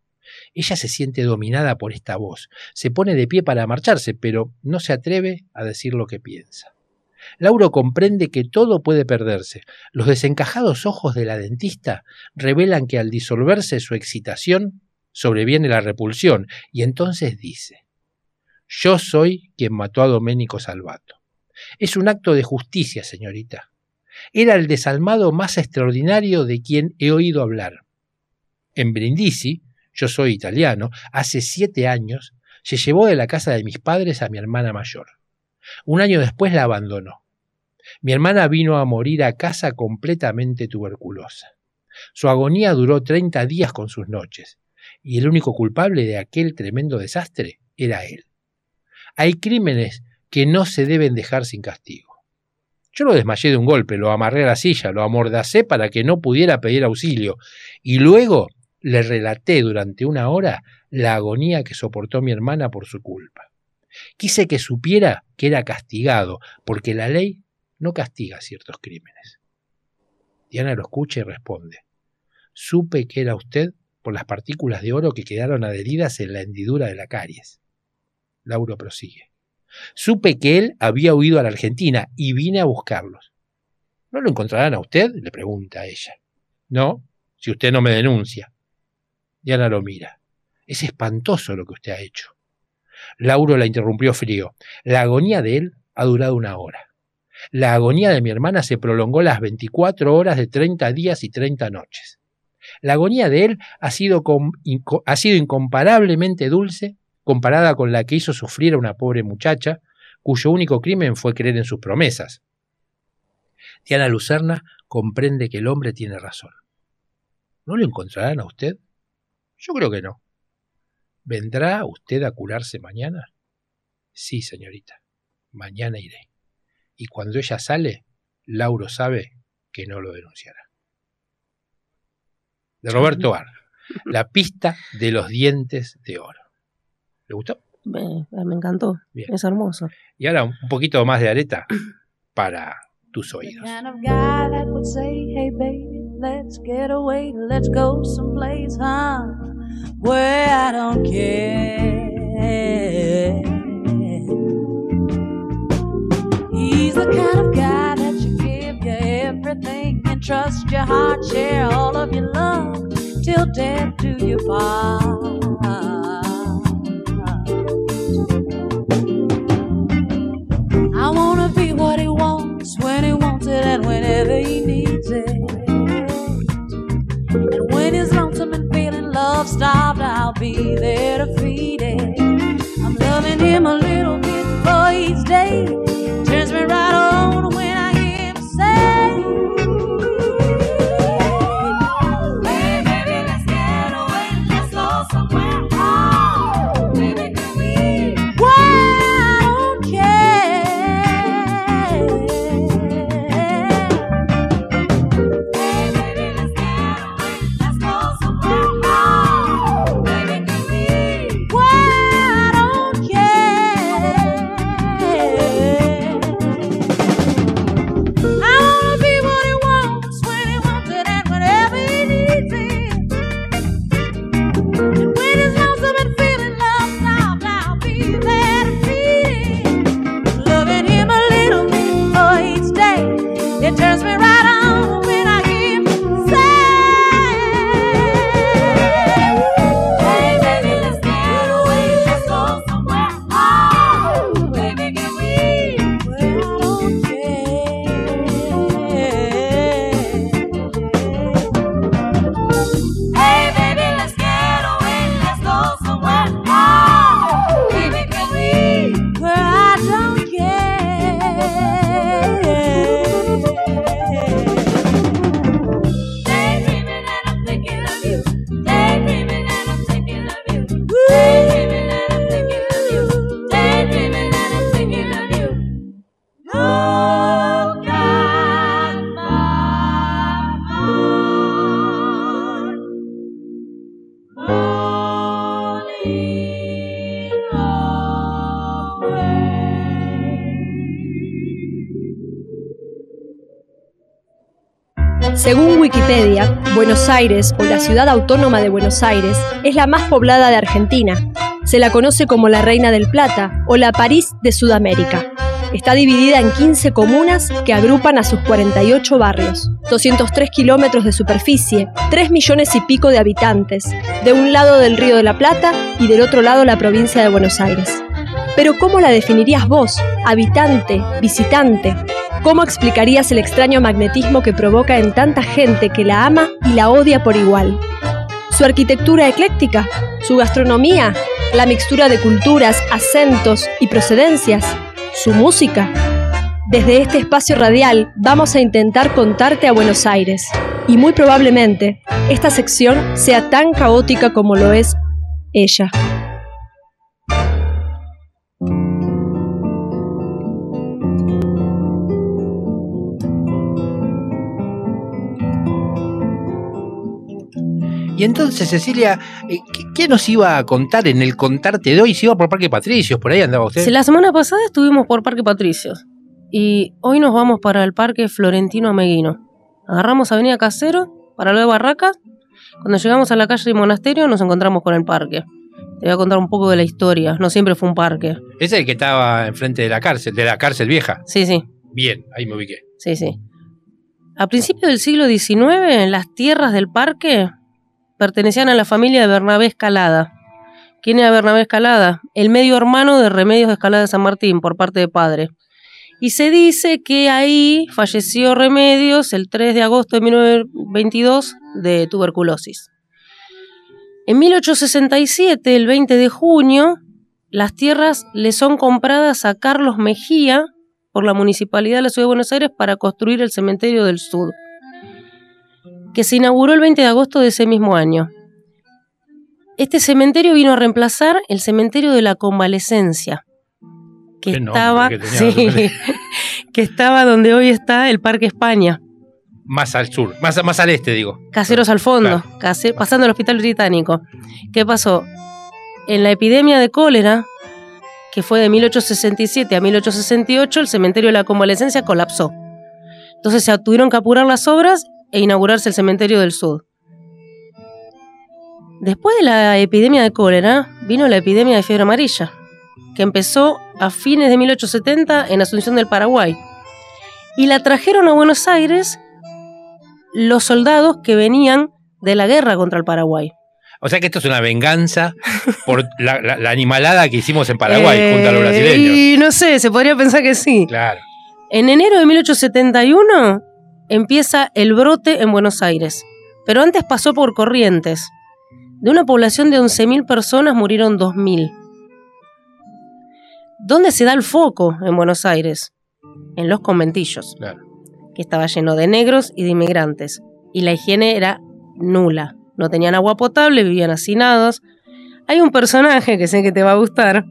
Ella se siente dominada por esta voz, se pone de pie para marcharse, pero no se atreve a decir lo que piensa. Lauro comprende que todo puede perderse. Los desencajados ojos de la dentista revelan que al disolverse su excitación, sobreviene la repulsión, y entonces dice: Yo soy quien mató a Domenico Salvato. Es un acto de justicia, señorita. Era el desalmado más extraordinario de quien he oído hablar. En Brindisi, yo soy italiano, hace siete años, se llevó de la casa de mis padres a mi hermana mayor. Un año después la abandonó. Mi hermana vino a morir a casa completamente tuberculosa. Su agonía duró treinta días con sus noches, y el único culpable de aquel tremendo desastre era él. Hay crímenes que no se deben dejar sin castigo. Yo lo desmayé de un golpe, lo amarré a la silla, lo amordacé para que no pudiera pedir auxilio, y luego le relaté durante una hora la agonía que soportó mi hermana por su culpa. Quise que supiera que era castigado, porque la ley no castiga ciertos crímenes. Diana lo escucha y responde: Supe que era usted por las partículas de oro que quedaron adheridas en la hendidura de la caries. Lauro prosigue: Supe que él había huido a la Argentina y vine a buscarlos. ¿No lo encontrarán a usted?, le pregunta a ella. No, si usted no me denuncia. Diana lo mira. Es espantoso lo que usted ha hecho. Lauro la interrumpió frío. La agonía de él ha durado una hora. La agonía de mi hermana se prolongó las veinticuatro horas de treinta días y treinta noches. La agonía de él ha sido, com, inco, ha sido incomparablemente dulce comparada con la que hizo sufrir a una pobre muchacha cuyo único crimen fue creer en sus promesas. Diana Lucerna comprende que el hombre tiene razón. ¿No lo encontrarán a usted? Yo creo que no. ¿Vendrá usted a curarse mañana? Sí, señorita, mañana iré. Y cuando ella sale, Lauro sabe que no lo denunciará. De Roberto Bar, La pista de los dientes de oro. ¿Le gustó?
Me, me encantó.
Bien.
Es hermoso.
Y ahora un poquito más de areta para tus oídos.
The kind of guy that would say, hey baby, let's get away, let's go someplace, huh, where I don't care. He's the kind of guy that you give you everything and trust your heart, share all of your love till death do you part. I wanna be what he wants when he wants it and whenever he needs it. And when he's lonesome and feeling love starved, I'll be there to feed it. I'm loving him a little bit for each day. Turns me right on when I hear him say, hey baby, let's get away, let's go somewhere. Oh, baby, can we? Why I don't care. Hey baby, let's get away, let's go somewhere. Oh, baby, can we? Why I don't care. I wanna be what he wants when he wants it and whenever he needs it. And when he's lonesome and feeling love soft, I'll be there to feed it. Loving him a little bit for each day. It turns me right on when I hear him say, hey baby, let's get away, let's go somewhere. Oh, baby, can we? Well, I don't care. Hey baby, let's get away, let's go somewhere. Oh, baby, can we? Well, I don't care. Daydreaming and I'm thinking of you. Daydreaming and I'm thinking of you. Daydreaming and I'm thinking of you. Daydreaming and I'm thinking of you. Look at my heart, falling away.
Según Wikipedia, Buenos Aires, o la ciudad autónoma de Buenos Aires, es la más poblada de Argentina. Se la conoce como la Reina del Plata o la París de Sudamérica. Está dividida en quince comunas que agrupan a sus cuarenta y ocho barrios, doscientos tres kilómetros de superficie, tres millones y pico de habitantes, de un lado del Río de la Plata y del otro lado la provincia de Buenos Aires. Pero ¿cómo la definirías vos, habitante, visitante? ¿Cómo explicarías el extraño magnetismo que provoca en tanta gente que la ama y la odia por igual? ¿Su arquitectura ecléctica? ¿Su gastronomía? ¿La mixtura de culturas, acentos y procedencias? ¿Su música? Desde este espacio radial vamos a intentar contarte a Buenos Aires. Y muy probablemente esta sección sea tan caótica como lo es ella.
Y entonces, Cecilia, eh, ¿qué, qué nos iba a contar en el Contarte de hoy? ¿Se iba por Parque Patricios? ¿Por ahí andaba usted?
Si la semana pasada estuvimos por Parque Patricios y hoy nos vamos para el Parque Florentino Ameguino. Agarramos Avenida Casero, Paralelo de Barraca. Cuando llegamos a la calle de Monasterio nos encontramos con el parque. Te voy a contar un poco de la historia. No siempre fue un parque.
Es el que estaba enfrente de la cárcel, de la cárcel vieja.
Sí, sí.
Bien, ahí me ubiqué.
Sí, sí. A principios del siglo diecinueve, las tierras del parque pertenecían a la familia de Bernabé Escalada. ¿Quién era Bernabé Escalada? El medio hermano de Remedios de Escalada de San Martín, por parte de padre. Y se dice que ahí falleció Remedios el tres de agosto de mil novecientos veintidós de tuberculosis. En mil ochocientos sesenta y siete, el veinte de junio, las tierras le son compradas a Carlos Mejía por la Municipalidad de la Ciudad de Buenos Aires para construir el Cementerio del Sur, que se inauguró el veinte de agosto de ese mismo año. Este cementerio vino a reemplazar el cementerio de la Convalecencia, que
Qué nombre
estaba,
que tenía,
sí, que estaba donde hoy está el Parque España.
Más al sur, más, más al este, digo.
Caseros al fondo,
Claro.
case- pasando al Hospital Británico. ¿Qué pasó? En la epidemia de cólera, que fue de mil ochocientos sesenta y siete a mil ochocientos sesenta y ocho, el cementerio de la Convalecencia colapsó. Entonces se tuvieron que apurar las obras e inaugurarse el cementerio del Sud. Después de la epidemia de cólera, vino la epidemia de fiebre amarilla, que empezó a fines de mil ochocientos setenta en Asunción del Paraguay. Y la trajeron a Buenos Aires los soldados que venían de la guerra contra el Paraguay.
O sea que esto es una venganza por la, la- la animalada que hicimos en Paraguay
Eh,
junto a los brasileños.
Y no sé, se podría pensar que sí.
Claro.
En enero de mil ochocientos setenta y uno empieza el brote en Buenos Aires, pero antes pasó por Corrientes. De una población de once mil personas murieron dos mil. ¿Dónde se da el foco en Buenos Aires? En los conventillos,
Claro.
que estaba lleno de negros y de inmigrantes, y la higiene era nula. No tenían agua potable, vivían hacinados. Hay un personaje que sé que te va a gustar,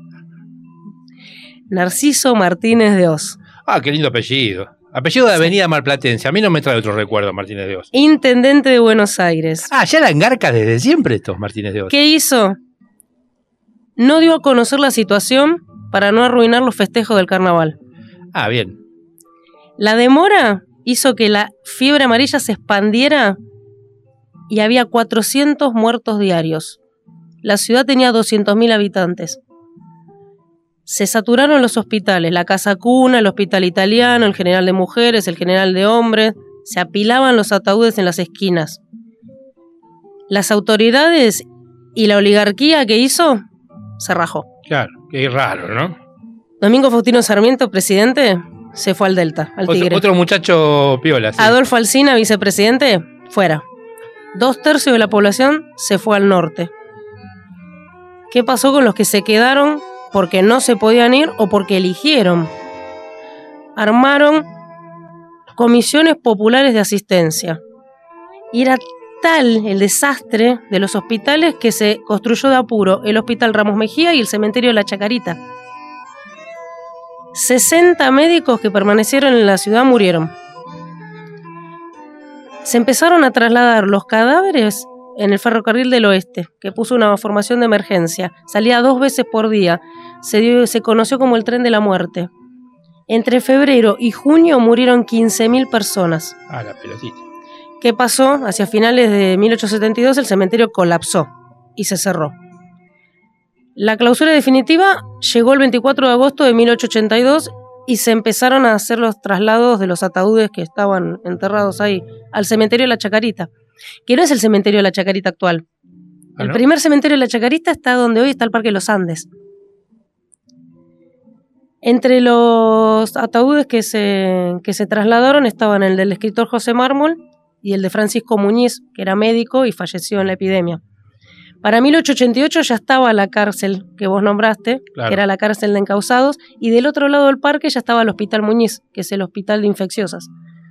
Narciso Martínez de Oz,
Ah, qué lindo apellido. Apellido de Avenida Marplatense. A mí no me trae otro recuerdo, Martínez de Oz.
intendente de Buenos Aires.
Ah, ya eran garcas desde siempre estos Martínez de Oz.
¿Qué hizo? No dio a conocer la situación para no arruinar los festejos del carnaval.
Ah, bien.
La demora hizo que la fiebre amarilla se expandiera y había cuatrocientos muertos diarios. La ciudad tenía doscientos mil habitantes. Se saturaron los hospitales, la Casa Cuna, el Hospital Italiano, el General de Mujeres, el General de Hombres. Se apilaban los ataúdes en las esquinas. Las autoridades y la oligarquía que hizo, se rajó.
Claro, qué raro, ¿no?
Domingo Faustino Sarmiento, presidente, se fue al Delta, al
Otro,
Tigre.
otro muchacho piola, sí.
Adolfo Alsina, vicepresidente, fuera. Dos tercios de la población se fue al norte. ¿Qué pasó con los que se quedaron porque no se podían ir o porque eligieron? Armaron comisiones populares de asistencia. Y era tal el desastre de los hospitales que se construyó de apuro el Hospital Ramos Mejía y el Cementerio de la Chacarita. sesenta médicos que permanecieron en la ciudad murieron. Se empezaron a trasladar los cadáveres en el ferrocarril del oeste, que puso una formación de emergencia. Salía dos veces por día. Se, dio, se conoció como el tren de la muerte. Entre febrero y junio murieron quince mil personas.
Ah, la pelotita.
¿Qué pasó? Hacia finales de mil ochocientos setenta y dos el cementerio colapsó y se cerró. La clausura definitiva llegó el veinticuatro de agosto de mil ochocientos ochenta y dos y se empezaron a hacer los traslados de los ataúdes que estaban enterrados ahí al cementerio de la Chacarita, que no es el cementerio de la Chacarita actual.
¿Ah,
El
no?
primer cementerio de la Chacarita está donde hoy está el Parque de los Andes. Entre los ataúdes que se, que se trasladaron estaban el del escritor José Mármol y el de Francisco Muñiz, que era médico y falleció en la epidemia. Para mil ochocientos ochenta y ocho ya estaba la cárcel que vos nombraste,
Claro.
que era la cárcel de encausados, y del otro lado del parque ya estaba el Hospital Muñiz, que es el hospital de infecciosas.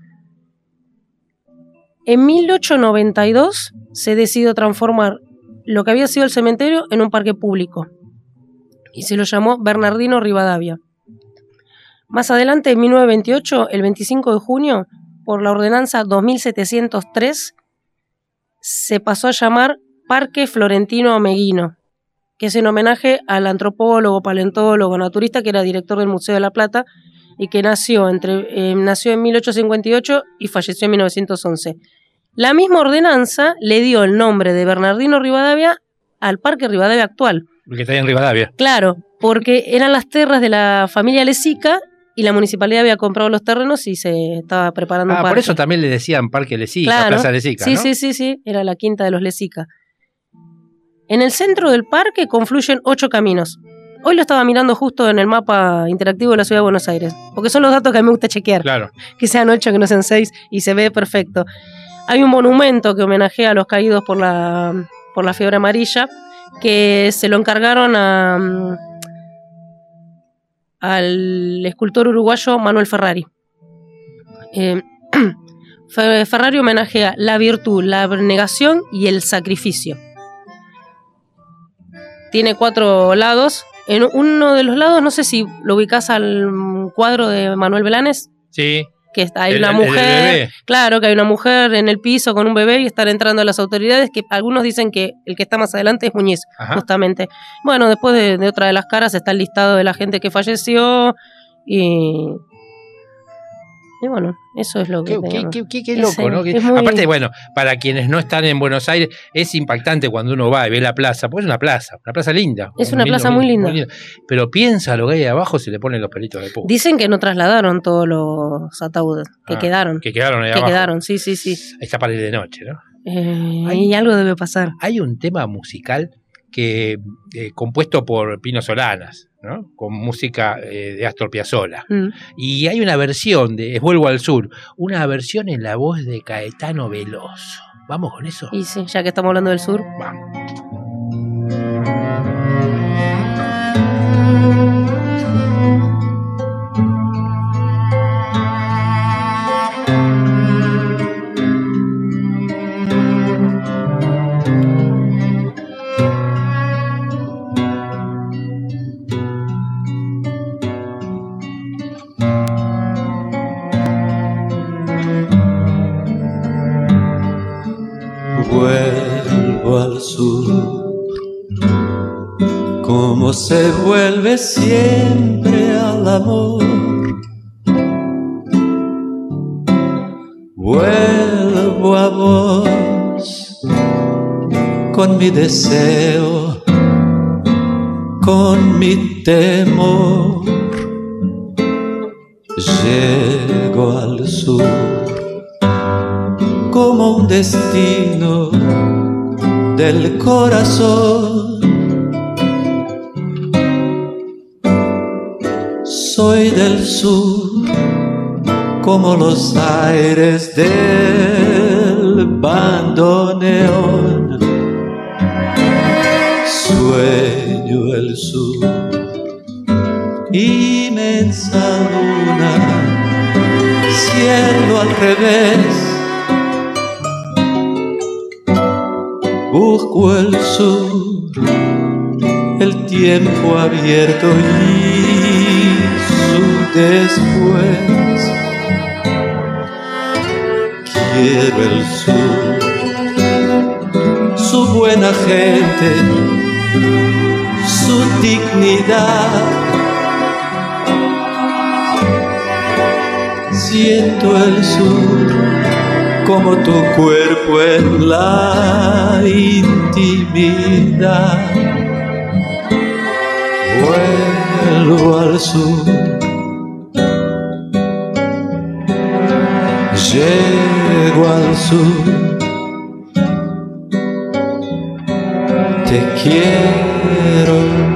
En mil ochocientos noventa y dos se decidió transformar lo que había sido el cementerio en un parque público, y se lo llamó Bernardino Rivadavia. Más adelante, en mil novecientos veintiocho, el veinticinco de junio, por la ordenanza dos mil setecientos tres, se pasó a llamar Parque Florentino Ameguino, que es en homenaje al antropólogo, paleontólogo, naturista que era director del Museo de la Plata y que nació, entre, eh, nació en mil ochocientos cincuenta y ocho y falleció en mil novecientos once. La misma ordenanza le dio el nombre de Bernardino Rivadavia al Parque Rivadavia actual.
El que está ahí en Rivadavia.
Claro, porque eran las tierras de la familia Lezica y la municipalidad había comprado los terrenos y se estaba preparando
Ah,
un
por
parque.
eso también le decían Parque Lezica,
Claro.
Plaza Lezica,
Sí,
¿no?
sí, sí, sí, era la quinta de los Lezica. En el centro del parque confluyen ocho caminos. Hoy lo estaba mirando justo en el mapa interactivo de la Ciudad de Buenos Aires, porque son los datos que a mí me gusta chequear,
Claro.
que sean ocho, que no sean seis, y se ve perfecto. Hay un monumento que homenajea a los caídos por la, por la fiebre amarilla, que se lo encargaron a, mm, al escultor uruguayo Manuel Ferrari. Eh, Fe- Ferrari homenajea la virtud, la abnegación y el sacrificio. tiene cuatro lados. En uno de los lados, no sé si lo ubicás al cuadro de Manuel Belanes.
Sí.
Que está, hay
El-
una
el- el
mujer,
bebé.
claro, que hay una mujer en el piso con un bebé y están entrando las autoridades, que algunos dicen que el que está más adelante es Muñiz,
Ajá.
justamente. Bueno, después de, de otra de las caras está el listado de la gente que falleció y... Y bueno, eso es lo que
Qué, qué,
teníamos.
qué- qué- qué
Es,
loco, ¿no?
eh,
Que-
es muy-
Aparte, bueno, para quienes no están en Buenos Aires, es impactante cuando uno va y ve la plaza, porque es una plaza, una plaza linda.
Es una plaza muy linda.
Pero piensa lo que hay abajo, se le ponen los pelitos de punta.
Dicen que no trasladaron todos los ataúdes, que
Ah,
quedaron.
Que quedaron ahí
Que
abajo.
quedaron, sí, sí, sí.
Está para ir de noche, ¿no?
Eh,
Hay-
y algo debe pasar.
Hay un tema musical que eh, compuesto por Pino Solanas, ¿no? Con música eh, de Astor Piazzolla.
Mm.
Y hay una versión de Vuelvo al Sur, una versión en la voz de Caetano Veloso. ¿Vamos con eso?
Y sí, ya que estamos hablando del sur.
Vamos.
Vuelvo al sur, como se vuelve siempre al amor. Vuelvo a vos con mi deseo, con mi temor. Llego al sur como un destino del corazón. Soy del sur como los aires del bandoneón. Sueño el sur, inmensa luna, cielo al revés. Busco el sur, el tiempo abierto y su después. Quiero el sur, su buena gente, su dignidad. Siento el sur como tu cuerpo en la intimidad. Vuelvo al sur, llego al sur, te quiero.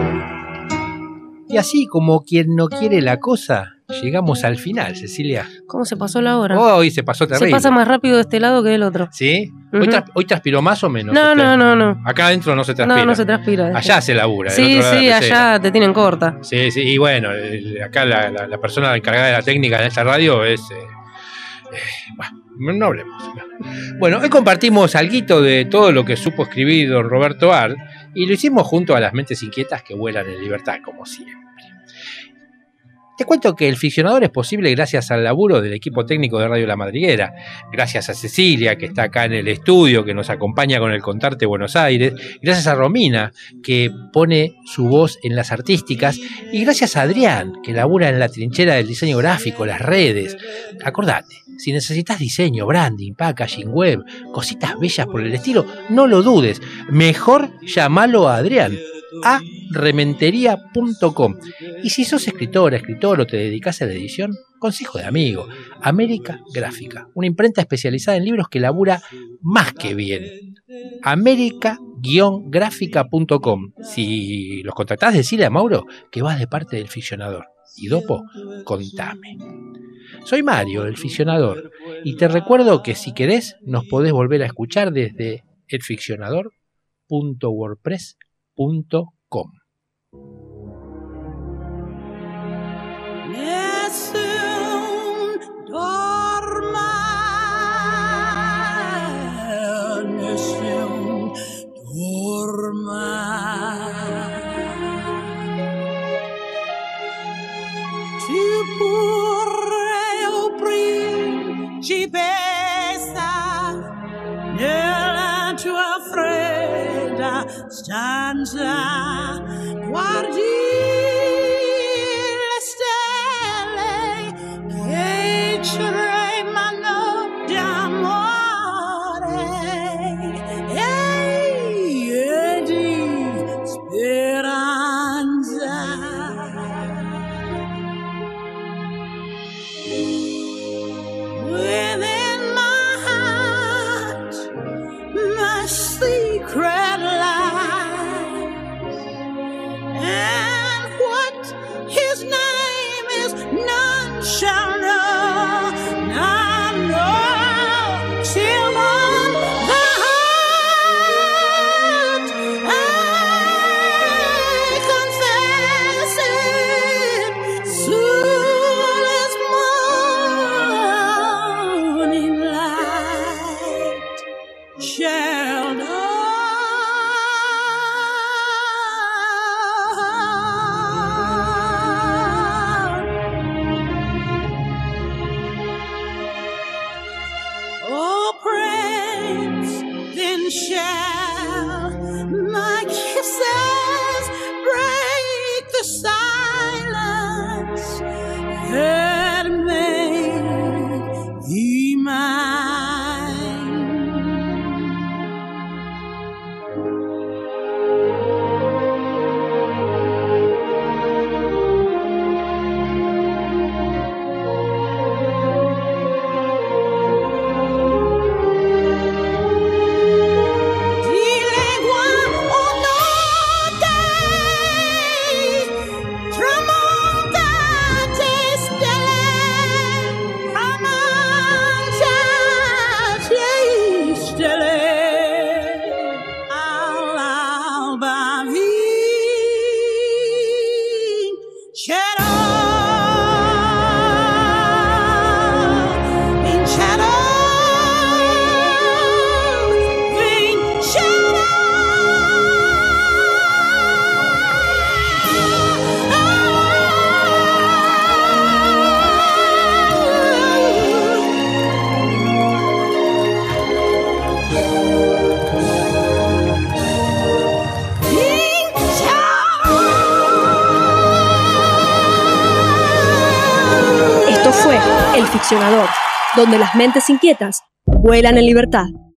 Y así como quien no quiere la cosa, llegamos al final, Cecilia.
¿Cómo se pasó la hora?
Hoy se pasó terrible.
Se pasa más rápido de este lado que del otro.
¿Sí? ¿Hoy,
Ujú.
tras- hoy transpiró más o menos?
No,
usted?
no, no, no.
Acá adentro no se transpira.
No, no se transpira.
Allá se labura. del
Sí,
otro lado de
sí,
la pecera.
allá te tienen corta.
Sí, sí, y bueno, el- acá la, la- la persona encargada de la técnica en esta radio es... eh, eh, bueno, no hablemos. no. Bueno, hoy compartimos alguito de todo lo que supo escribir don Roberto Art y lo hicimos junto a las mentes inquietas que vuelan en libertad, como siempre. Te cuento que el ficcionador es posible gracias al laburo del equipo técnico de Radio La Madriguera, gracias a Cecilia, que está acá en el estudio, que nos acompaña con el Contarte Buenos Aires, gracias a Romina, que pone su voz en las artísticas, y gracias a Adrián, que labura en la trinchera del diseño gráfico, las redes. Acordate, si necesitas diseño, branding, packaging, web, cositas bellas por el estilo, no lo dudes, mejor llamalo a Adrián, a rementería punto com. Y si sos escritora, escritor o te dedicas a la edición, consejo de amigo, América Gráfica, una imprenta especializada en libros que labura más que bien. América Gráfica punto com. Si los contactás, decile a Mauro que vas de parte del ficcionador. Y dopo, contame. Soy Mario, el ficcionador, y te recuerdo que si querés nos podés volver a escuchar desde el ficcionador punto wordpress punto com.
Nessun dorma, nessun dorma. pure, o principessa, nella tua fredda stanza guardi le stelle che tremano d'amore e di speranza. Within my heart, my secret lies, and what his name is, none shall know, none know, till on the heart I confess it, soon as morning light shall dawn. Oh, Prince, then shall my kisses break the silence and make thee mine. Dilegua o notte, tramontate stelle, tramontate stelle, all'alba vincerò, vincerò,
Esto fue El Ficcionador, donde las mentes inquietas vuelan en libertad.